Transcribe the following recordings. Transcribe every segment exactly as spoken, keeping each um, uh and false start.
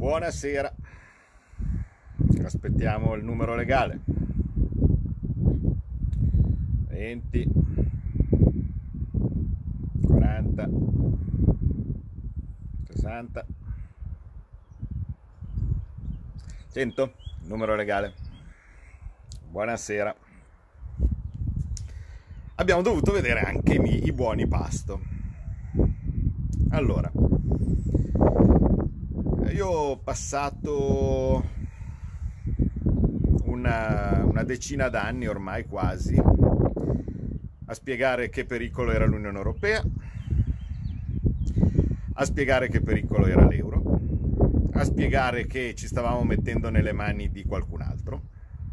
Buonasera, aspettiamo il numero legale. venti, quaranta, sessanta, cento, numero legale. Buonasera. Abbiamo dovuto vedere anche i, i buoni pasto. Allora, io ho passato una, una decina d'anni ormai quasi a spiegare che pericolo era l'Unione Europea, a spiegare che pericolo era l'euro, a spiegare che ci stavamo mettendo nelle mani di qualcun altro,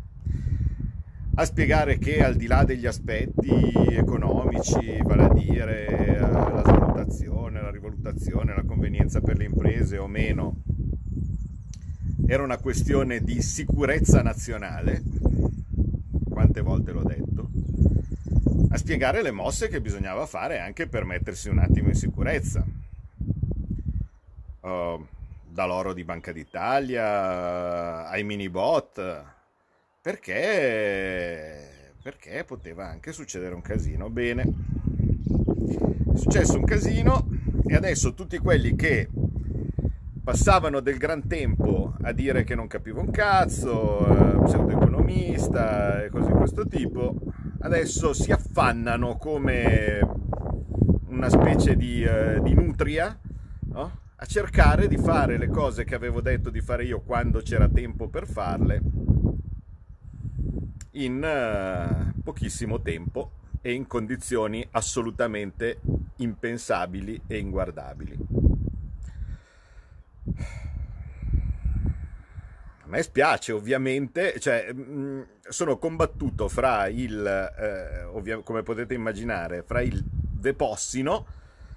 a spiegare che al di là degli aspetti economici, vale a dire la svalutazione, la rivalutazione, la convenienza per le imprese o meno, era una questione di sicurezza nazionale, quante volte l'ho detto, a spiegare le mosse che bisognava fare anche per mettersi un attimo in sicurezza, uh, dall'oro di Banca d'Italia ai mini bot, perché, perché poteva anche succedere un casino. Bene, è successo un casino e adesso tutti quelli che passavano del gran tempo a dire che non capivo un cazzo, eh, pseudoeconomista e cose di questo tipo, adesso si affannano come una specie di, eh, di nutria, no? A cercare di fare le cose che avevo detto di fare io quando c'era tempo per farle, in uh, pochissimo tempo e in condizioni assolutamente impensabili e inguardabili. A me spiace, ovviamente, cioè, mh, sono combattuto fra il, eh, ovvia- come potete immaginare, fra il Vepossino,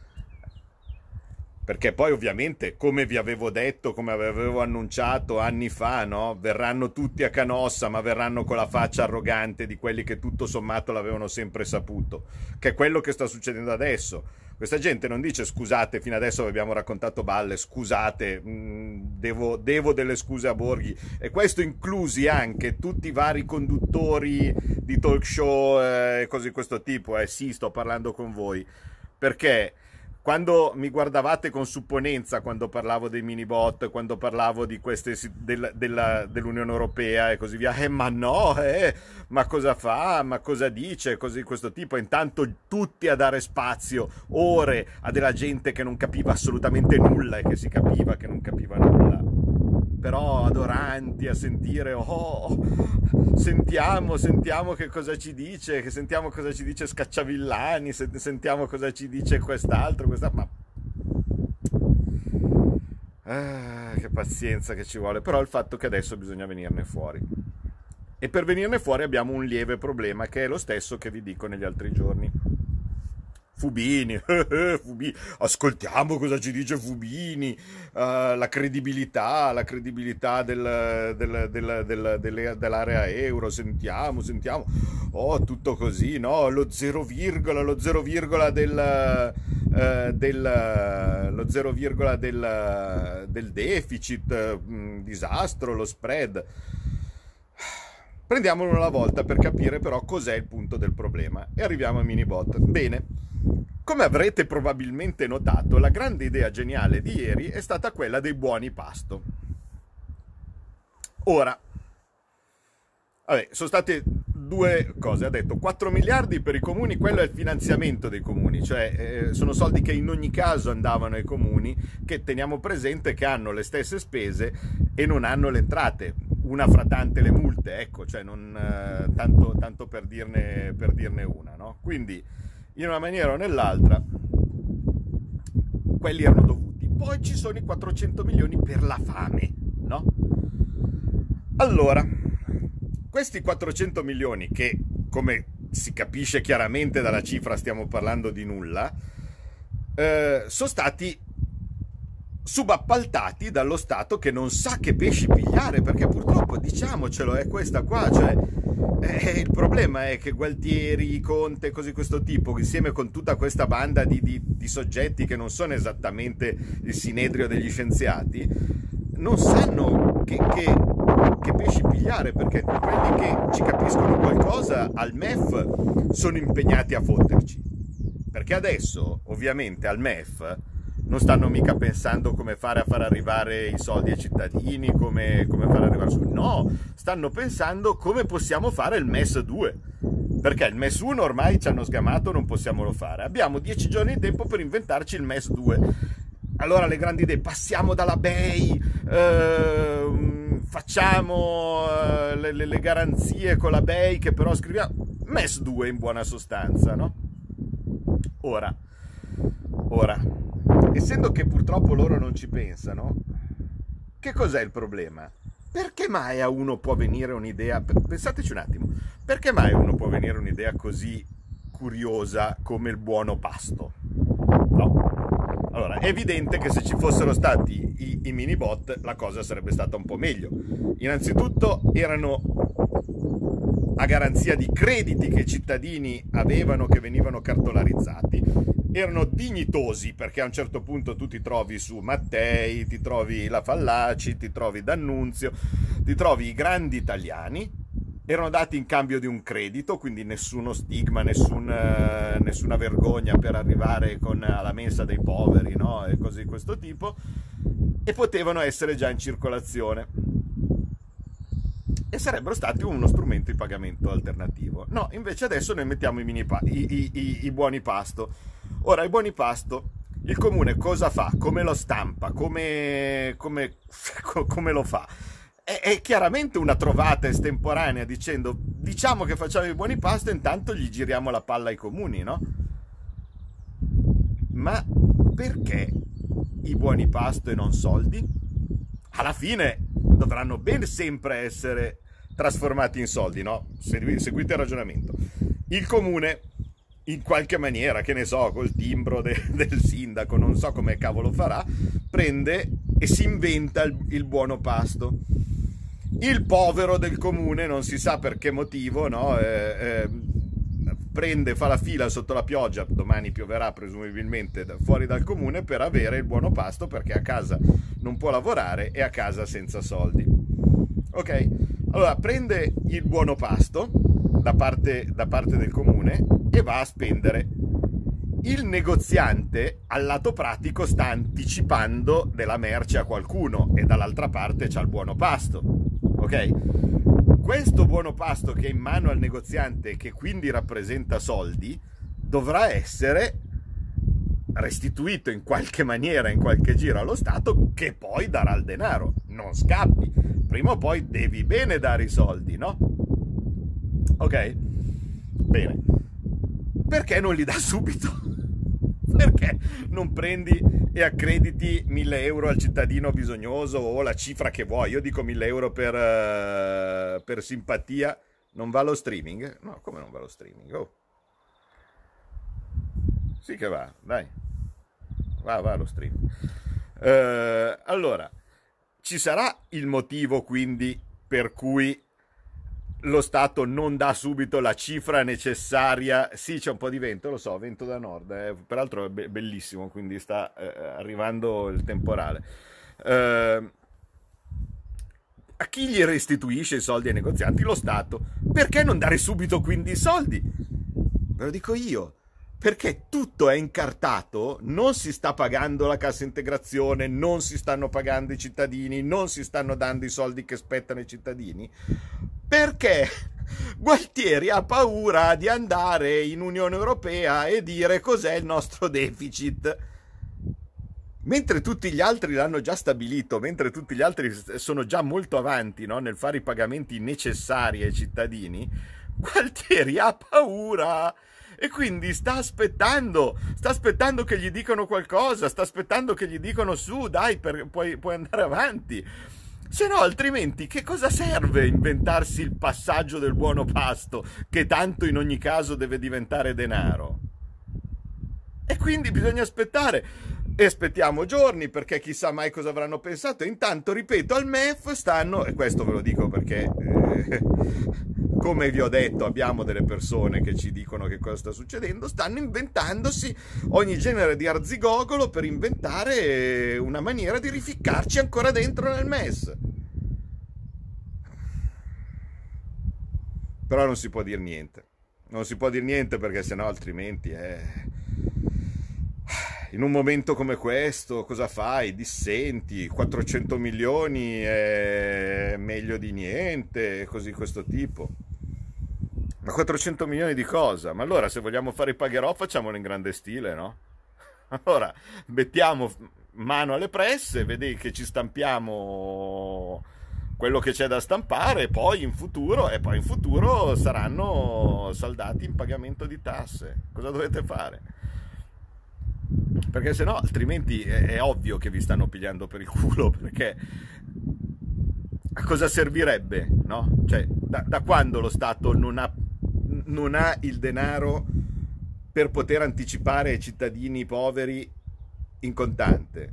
perché poi ovviamente, come vi avevo detto, come avevo annunciato anni fa, no? Verranno tutti a Canossa, ma verranno con la faccia arrogante di quelli che tutto sommato l'avevano sempre saputo, che è quello che sta succedendo adesso. Questa gente non dice scusate, fino adesso vi abbiamo raccontato balle, scusate, mh, devo, devo delle scuse a Borghi, e questo inclusi anche tutti i vari conduttori di talk show e eh, cose di questo tipo, eh sì, sto parlando con voi, perché quando mi guardavate con supponenza, quando parlavo dei mini bot, quando parlavo di queste del, della, dell'Unione Europea e così via, eh ma no, eh, ma cosa fa, ma cosa dice, cose di questo tipo, e intanto tutti a dare spazio, ore, a della gente che non capiva assolutamente nulla e che si capiva che non capiva nulla, però adoranti a sentire, oh, sentiamo, sentiamo che cosa ci dice, che sentiamo cosa ci dice Scacciavillani, sentiamo cosa ci dice quest'altro, questa... ma ah, che pazienza che ci vuole, però il fatto che adesso bisogna venirne fuori, e per venirne fuori abbiamo un lieve problema che è lo stesso che vi dico negli altri giorni. Fubini, Fubini, ascoltiamo cosa ci dice Fubini, uh, la credibilità, la credibilità del, del, del, del, del, dell'area euro, sentiamo, sentiamo, oh tutto così, no, lo zero virgola, lo zero virgola del, uh, del, lo zero virgola del, del deficit, uh, disastro, lo spread. Prendiamolo una volta per capire però cos'è il punto del problema e arriviamo ai mini bot. Bene, come avrete probabilmente notato, la grande idea geniale di ieri è stata quella dei buoni pasto. Ora, vabbè, sono state due cose, ha detto quattro miliardi per i comuni, quello è il finanziamento dei comuni, cioè eh, sono soldi che in ogni caso andavano ai comuni, che teniamo presente che hanno le stesse spese e non hanno le entrate, una fra tante le multe, ecco, cioè non eh, tanto, tanto per dirne, per dirne una, no? Quindi in una maniera o nell'altra quelli erano dovuti. Poi ci sono i quattrocento milioni per la fame, no? Allora, questi quattrocento milioni, che come si capisce chiaramente dalla cifra stiamo parlando di nulla, eh, sono stati subappaltati dallo Stato, che non sa che pesci pigliare, perché purtroppo, diciamocelo, è questa qua, cioè eh, il problema è che Gualtieri, Conte, così questo tipo, insieme con tutta questa banda di, di, di soggetti che non sono esattamente il sinedrio degli scienziati, non sanno che, che, che pesci pigliare, perché quelli che ci capiscono qualcosa al M E F sono impegnati a fotterci. Perché adesso, ovviamente, al M E F non stanno mica pensando come fare a far arrivare i soldi ai cittadini, come, come far arrivare su... No, stanno pensando come possiamo fare il M E S due. Perché il M E S uno ormai ci hanno sgamato, non possiamo fare. Abbiamo dieci giorni di tempo per inventarci il M E S due. Allora le grandi idee, passiamo dalla B E I, eh, facciamo eh, le, le, le garanzie con la B E I che però scriviamo... M E S due in buona sostanza, no? Ora, ora, essendo che purtroppo loro non ci pensano, che cos'è il problema? Perché mai a uno può venire un'idea, pensateci un attimo, perché mai a uno può venire un'idea così curiosa come il buono pasto? No? Allora, è evidente che se ci fossero stati i, i mini bot la cosa sarebbe stata un po' meglio. Innanzitutto erano a garanzia di crediti che i cittadini avevano, che venivano cartolarizzati, erano dignitosi, perché a un certo punto tu ti trovi su Mattei, ti trovi la Fallaci, ti trovi D'Annunzio, ti trovi i grandi italiani, erano dati in cambio di un credito, quindi nessuno stigma, nessun, eh, nessuna vergogna per arrivare con, alla mensa dei poveri, no? E cose di questo tipo, e potevano essere già in circolazione. E sarebbero stati uno strumento di pagamento alternativo. No, invece adesso noi mettiamo i, mini pa- i, i, i, i buoni pasto. Ora, i buoni pasto, il comune cosa fa? Come lo stampa? Come, come, come lo fa? È, è chiaramente una trovata estemporanea dicendo, diciamo che facciamo i buoni pasto e intanto gli giriamo la palla ai comuni, no? Ma perché i buoni pasto e non soldi? Alla fine dovranno ben sempre essere trasformati in soldi, no? Seguite il ragionamento. Il comune, in qualche maniera, che ne so, col timbro de- del sindaco, non so come cavolo farà, prende e si inventa il, il buono pasto. Il povero del comune, non si sa per che motivo, no? Eh, eh, prende, fa la fila sotto la pioggia, domani pioverà presumibilmente fuori dal comune per avere il buono pasto, perché a casa non può lavorare e a casa senza soldi. Ok? Allora prende il buono pasto da parte, da parte del comune e va a spendere. Il negoziante al lato pratico sta anticipando della merce a qualcuno e dall'altra parte c'ha il buono pasto. Ok? Questo buono pasto che è in mano al negoziante, che quindi rappresenta soldi, dovrà essere restituito in qualche maniera, in qualche giro allo Stato, che poi darà il denaro. Non scappi, prima o poi devi bene dare i soldi, no? Ok? Bene. Perché non li dà subito? Perché non prendi e accrediti mille euro al cittadino bisognoso o la cifra che vuoi? Io dico mille euro per, uh, per simpatia. Non va lo streaming? No, come non va lo streaming? Oh. Sì che va, dai. Va, va lo streaming. Uh, allora, ci sarà il motivo quindi per cui lo Stato non dà subito la cifra necessaria? Sì, c'è un po' di vento, lo so, vento da nord, eh. Peraltro è be- bellissimo, quindi sta eh, arrivando il temporale. Eh, a chi gli restituisce i soldi ai negozianti? Lo Stato. Perché non dare subito quindi i soldi? Ve lo dico io. Perché tutto è incartato, non si sta pagando la cassa integrazione, non si stanno pagando i cittadini, non si stanno dando i soldi che spettano ai cittadini, perché Gualtieri ha paura di andare in Unione Europea e dire cos'è il nostro deficit. Mentre tutti gli altri l'hanno già stabilito, mentre tutti gli altri sono già molto avanti, no, nel fare i pagamenti necessari ai cittadini, Gualtieri ha paura. E quindi sta aspettando, sta aspettando che gli dicano qualcosa, sta aspettando che gli dicano su, dai, per, puoi, puoi andare avanti. Se no, altrimenti, che cosa serve inventarsi il passaggio del buono pasto, che tanto in ogni caso deve diventare denaro? E quindi bisogna aspettare. E aspettiamo giorni, perché chissà mai cosa avranno pensato. E intanto, ripeto, al M E F stanno, e questo ve lo dico perché... Eh, come vi ho detto, abbiamo delle persone che ci dicono che cosa sta succedendo, stanno inventandosi ogni genere di arzigogolo per inventare una maniera di rificcarci ancora dentro nel M E S. Però non si può dire niente. Non si può dire niente perché sennò altrimenti è... In un momento come questo cosa fai? Dissenti, quattrocento milioni è meglio di niente, così questo tipo. Ma quattrocento milioni di cosa? Ma allora se vogliamo fare i pagherò facciamolo in grande stile, no? Allora mettiamo mano alle presse, vedi che ci stampiamo quello che c'è da stampare e poi in futuro, e poi in futuro saranno saldati in pagamento di tasse. Cosa dovete fare? Perché sennò altrimenti è, è ovvio che vi stanno pigliando per il culo, perché a cosa servirebbe, no? Cioè, da, da quando lo Stato non ha, non ha il denaro per poter anticipare ai cittadini poveri in contante?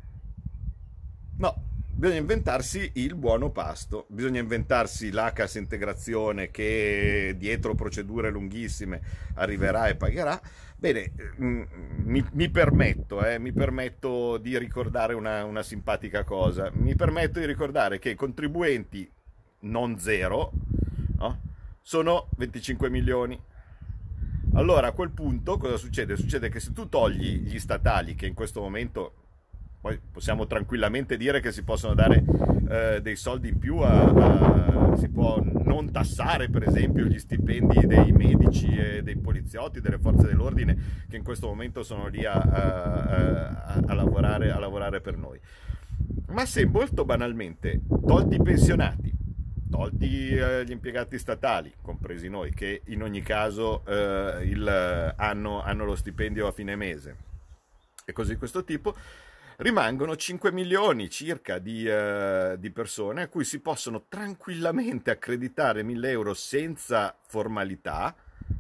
No, bisogna inventarsi il buono pasto, bisogna inventarsi la cassa integrazione che dietro procedure lunghissime arriverà e pagherà. Bene, mi, mi permetto, eh, mi permetto di ricordare una, una simpatica cosa, mi permetto di ricordare che i contribuenti non zero, no? Sono venticinque milioni. Allora a quel punto cosa succede? Succede che se tu togli gli statali, che in questo momento poi possiamo tranquillamente dire che si possono dare eh, dei soldi in più, a, a, si può non tassare per esempio gli stipendi dei medici e dei poliziotti, delle forze dell'ordine che in questo momento sono lì a, a, a, lavorare, a lavorare per noi. Ma se molto banalmente tolti i pensionati, tolti eh, gli impiegati statali, compresi noi, che in ogni caso eh, il, hanno, hanno lo stipendio a fine mese e così di questo tipo, rimangono cinque milioni circa di, uh, di persone a cui si possono tranquillamente accreditare mille euro senza formalità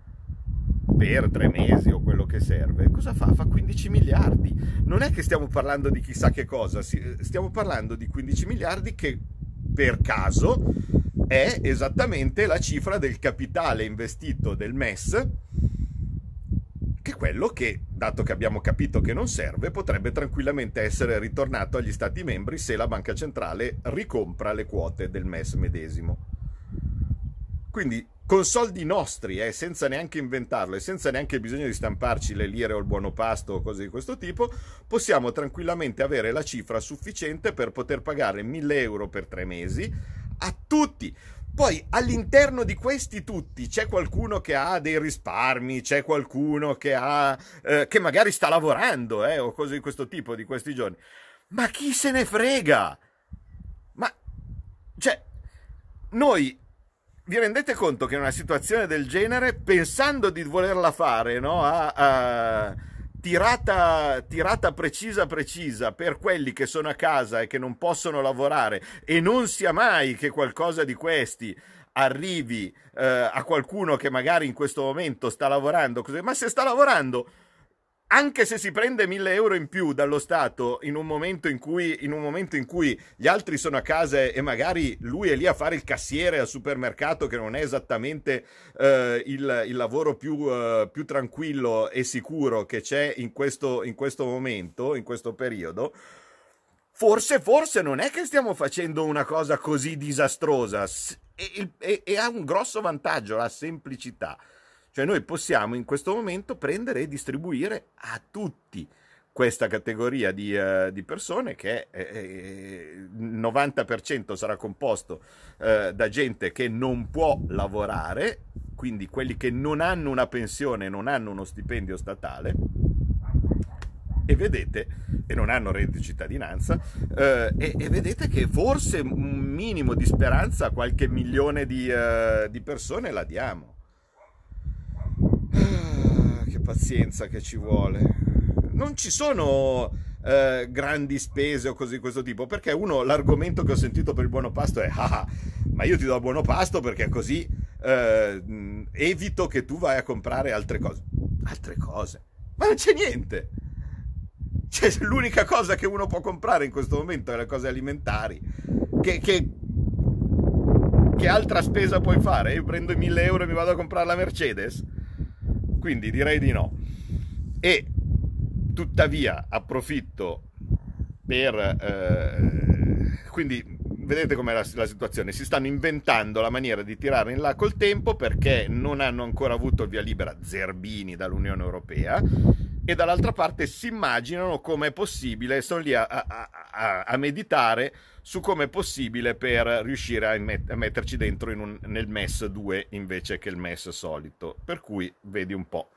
per tre mesi o quello che serve. Cosa fa? Fa quindici miliardi. Non è che stiamo parlando di chissà che cosa, stiamo parlando di quindici miliardi che per caso è esattamente la cifra del capitale investito del M E S, che è quello che, dato che abbiamo capito che non serve, potrebbe tranquillamente essere ritornato agli Stati membri se la Banca Centrale ricompra le quote del M E S medesimo. Quindi con soldi nostri, eh, senza neanche inventarlo e senza neanche bisogno di stamparci le lire o il buono pasto o cose di questo tipo, possiamo tranquillamente avere la cifra sufficiente per poter pagare mille euro per tre mesi a tutti. Poi all'interno di questi tutti c'è qualcuno che ha dei risparmi, c'è qualcuno che ha eh, che magari sta lavorando eh, o cose di questo tipo di questi giorni. Ma chi se ne frega? Ma cioè, noi vi rendete conto che in una situazione del genere, pensando di volerla fare, no, a, a tirata, tirata precisa precisa per quelli che sono a casa e che non possono lavorare, e non sia mai che qualcosa di questi arrivi eh, a qualcuno che magari in questo momento sta lavorando, così, ma se sta lavorando, anche se si prende mille euro in più dallo Stato in un momento in cui, in un momento in cui gli altri sono a casa e magari lui è lì a fare il cassiere al supermercato, che non è esattamente eh, il, il lavoro più, eh, più tranquillo e sicuro che c'è in questo, in questo momento, in questo periodo, forse, forse non è che stiamo facendo una cosa così disastrosa, e, e, e ha un grosso vantaggio, la semplicità. Cioè noi possiamo in questo momento prendere e distribuire a tutti questa categoria di, uh, di persone che eh, il novanta per cento sarà composto uh, da gente che non può lavorare, quindi quelli che non hanno una pensione, non hanno uno stipendio statale, e vedete, e non hanno reddito di cittadinanza, eh, e, e vedete che forse un minimo di speranza a qualche milione di, uh, di persone la diamo. Ah, che pazienza che ci vuole. Non ci sono eh, grandi spese o cose di questo tipo, perché uno, l'argomento che ho sentito per il buono pasto è ah, ma io ti do il buono pasto perché così eh, evito che tu vai a comprare altre cose. Altre cose? Ma non c'è niente. Cioè, l'unica cosa che uno può comprare in questo momento è le cose alimentari, che, che che altra spesa puoi fare? Io prendo i mille euro e mi vado a comprare la Mercedes? Quindi direi di no. E tuttavia approfitto per eh, quindi vedete com'è la, la situazione, si stanno inventando la maniera di tirare in là col tempo perché non hanno ancora avuto il via libera zerbini dall'Unione Europea, e dall'altra parte si immaginano come è possibile, sono lì a, a, a, a meditare su come è possibile per riuscire a, met- a metterci dentro in un, nel M E S due invece che il M E S solito, per cui vedi un po'.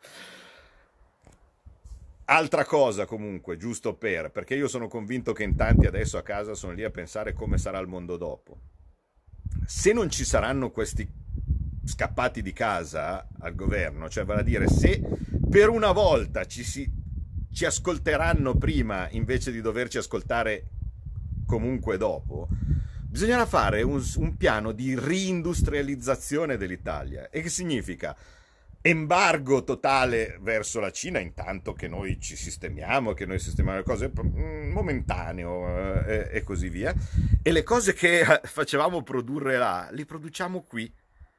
Altra cosa comunque, giusto per, perché io sono convinto che in tanti adesso a casa sono lì a pensare come sarà il mondo dopo. Se non ci saranno questi scappati di casa al governo, cioè vale a dire se per una volta ci, si, ci ascolteranno prima invece di doverci ascoltare comunque dopo, bisognerà fare un, un piano di riindustrializzazione dell'Italia. E che significa? Embargo totale verso la Cina intanto che noi ci sistemiamo, che noi sistemiamo le cose momentaneo eh, e così via, e le cose che facevamo produrre là li produciamo qui.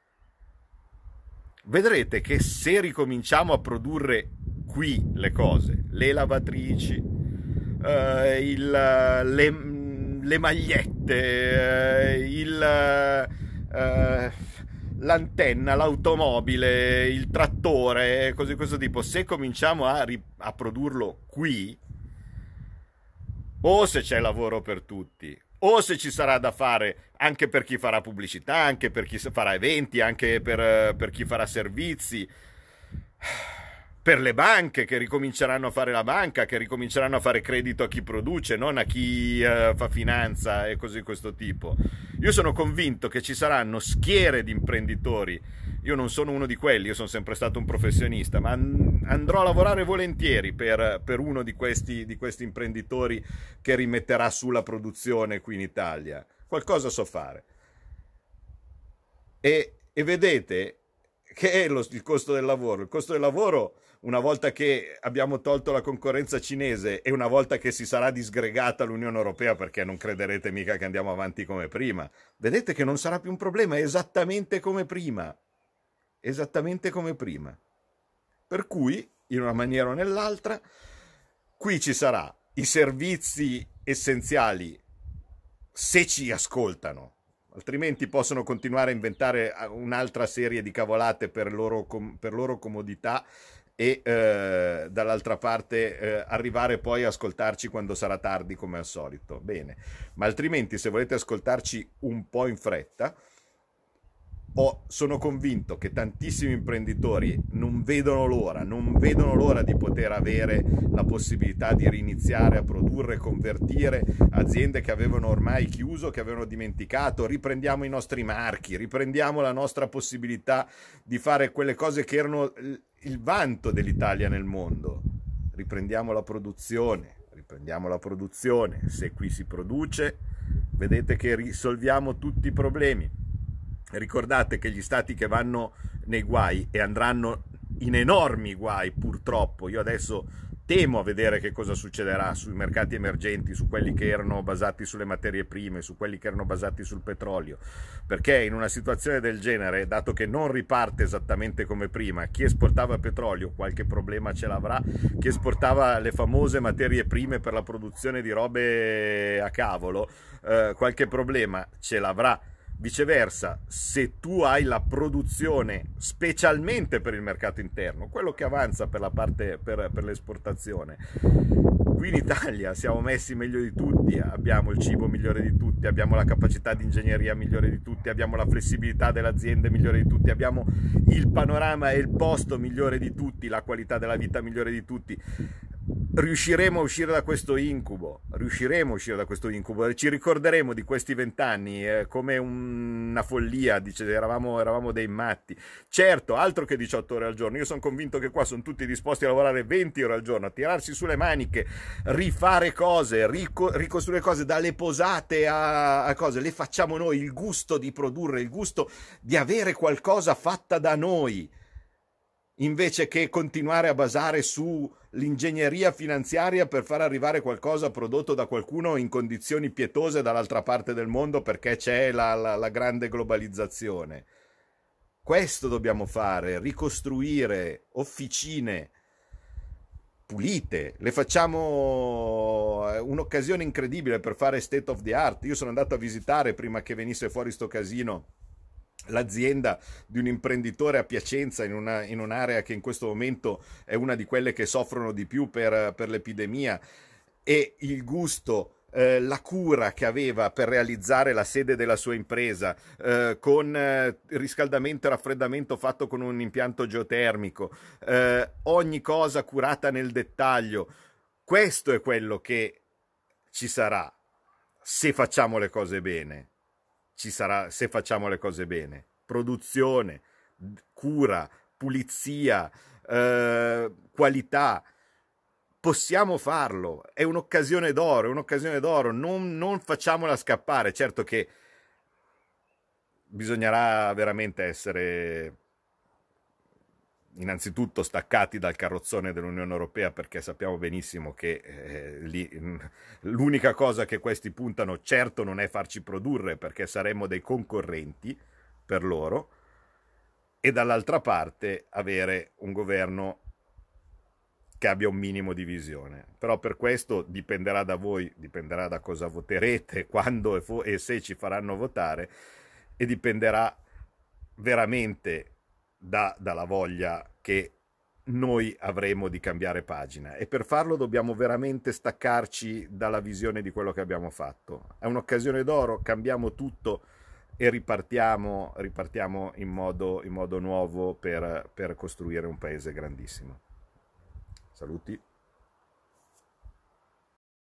Vedrete che se ricominciamo a produrre qui le cose, le lavatrici, eh, il, le, le magliette, eh, il... Eh, l'antenna, l'automobile, il trattore, cose di questo tipo, se cominciamo a, ri- a produrlo qui, o se c'è lavoro per tutti, o se ci sarà da fare anche per chi farà pubblicità, anche per chi farà eventi, anche per, per chi farà servizi, per le banche che ricominceranno a fare la banca, che ricominceranno a fare credito a chi produce, non a chi uh, fa finanza e cose di questo tipo. Io sono convinto che ci saranno schiere di imprenditori. Io non sono uno di quelli, io sono sempre stato un professionista, ma andrò a lavorare volentieri per, per uno di questi, di questi imprenditori che rimetterà sulla produzione qui in Italia. Qualcosa so fare. E, e vedete che è lo, il costo del lavoro. Il costo del lavoro, una volta che abbiamo tolto la concorrenza cinese e una volta che si sarà disgregata l'Unione Europea, perché non crederete mica che andiamo avanti come prima, vedete che non sarà più un problema, è esattamente come prima. Esattamente come prima. Per cui, in una maniera o nell'altra, qui ci sarà i servizi essenziali se ci ascoltano. Altrimenti possono continuare a inventare un'altra serie di cavolate per loro, per loro comodità e eh, dall'altra parte eh, arrivare poi a ascoltarci quando sarà tardi come al solito. Bene, ma altrimenti se volete ascoltarci un po' in fretta, oh, sono convinto che tantissimi imprenditori non vedono l'ora, non vedono l'ora di poter avere la possibilità di riniziare a produrre, convertire aziende che avevano ormai chiuso, che avevano dimenticato. Riprendiamo i nostri marchi, riprendiamo la nostra possibilità di fare quelle cose che erano il vanto dell'Italia nel mondo. Riprendiamo la produzione, riprendiamo la produzione. Se qui si produce, vedete che risolviamo tutti i problemi. Ricordate che gli stati che vanno nei guai e andranno in enormi guai, purtroppo, io adesso temo a vedere che cosa succederà sui mercati emergenti, su quelli che erano basati sulle materie prime, su quelli che erano basati sul petrolio, perché in una situazione del genere, dato che non riparte esattamente come prima, chi esportava petrolio qualche problema ce l'avrà, chi esportava le famose materie prime per la produzione di robe a cavolo, eh, qualche problema ce l'avrà. Viceversa, se tu hai la produzione specialmente per il mercato interno, quello che avanza per la parte per, per l'esportazione, qui in Italia siamo messi meglio di tutti, abbiamo il cibo migliore di tutti, abbiamo la capacità di ingegneria migliore di tutti, abbiamo la flessibilità delle aziende migliore di tutti, abbiamo il panorama e il posto migliore di tutti, la qualità della vita migliore di tutti. Riusciremo a uscire da questo incubo, riusciremo a uscire da questo incubo, ci ricorderemo di questi vent'anni eh, come un, una follia, dice, eravamo, eravamo dei matti. Certo, altro che diciotto ore al giorno, io sono convinto che qua sono tutti disposti a lavorare venti ore al giorno, a tirarsi sulle maniche, rifare cose, rico, ricostruire cose, dalle posate a, a cose, le facciamo noi, il gusto di produrre, il gusto di avere qualcosa fatta da noi. invece che continuare a basare sull'ingegneria finanziaria per far arrivare qualcosa prodotto da qualcuno in condizioni pietose dall'altra parte del mondo perché c'è la, la, la grande globalizzazione. Questo dobbiamo fare, ricostruire officine pulite, le facciamo un'occasione incredibile per fare state of the art. Io sono andato a visitare, prima che venisse fuori sto casino, l'azienda di un imprenditore a Piacenza, in, una, in un'area che in questo momento è una di quelle che soffrono di più per, per l'epidemia, e il gusto, eh, la cura che aveva per realizzare la sede della sua impresa, eh, con eh, riscaldamento e raffreddamento fatto con un impianto geotermico, eh, ogni cosa curata nel dettaglio. Questo è quello che ci sarà se facciamo le cose bene. Ci sarà se facciamo le cose bene. Produzione, cura, pulizia, eh, qualità. Possiamo farlo, è un'occasione d'oro, è un'occasione d'oro, non, non facciamola scappare. Certo che bisognerà veramente essere innanzitutto staccati dal carrozzone dell'Unione Europea, perché sappiamo benissimo che eh, lì, l'unica cosa che questi puntano certo non è farci produrre, perché saremmo dei concorrenti per loro, e dall'altra parte avere un governo che abbia un minimo di visione. Però per questo dipenderà da voi, dipenderà da cosa voterete, quando e, fo- e se ci faranno votare, e dipenderà veramente da, dalla voglia che noi avremo di cambiare pagina, e per farlo dobbiamo veramente staccarci dalla visione di quello che abbiamo fatto. È un'occasione d'oro, cambiamo tutto e ripartiamo, ripartiamo in modo, in modo nuovo per, per costruire un paese grandissimo. Saluti.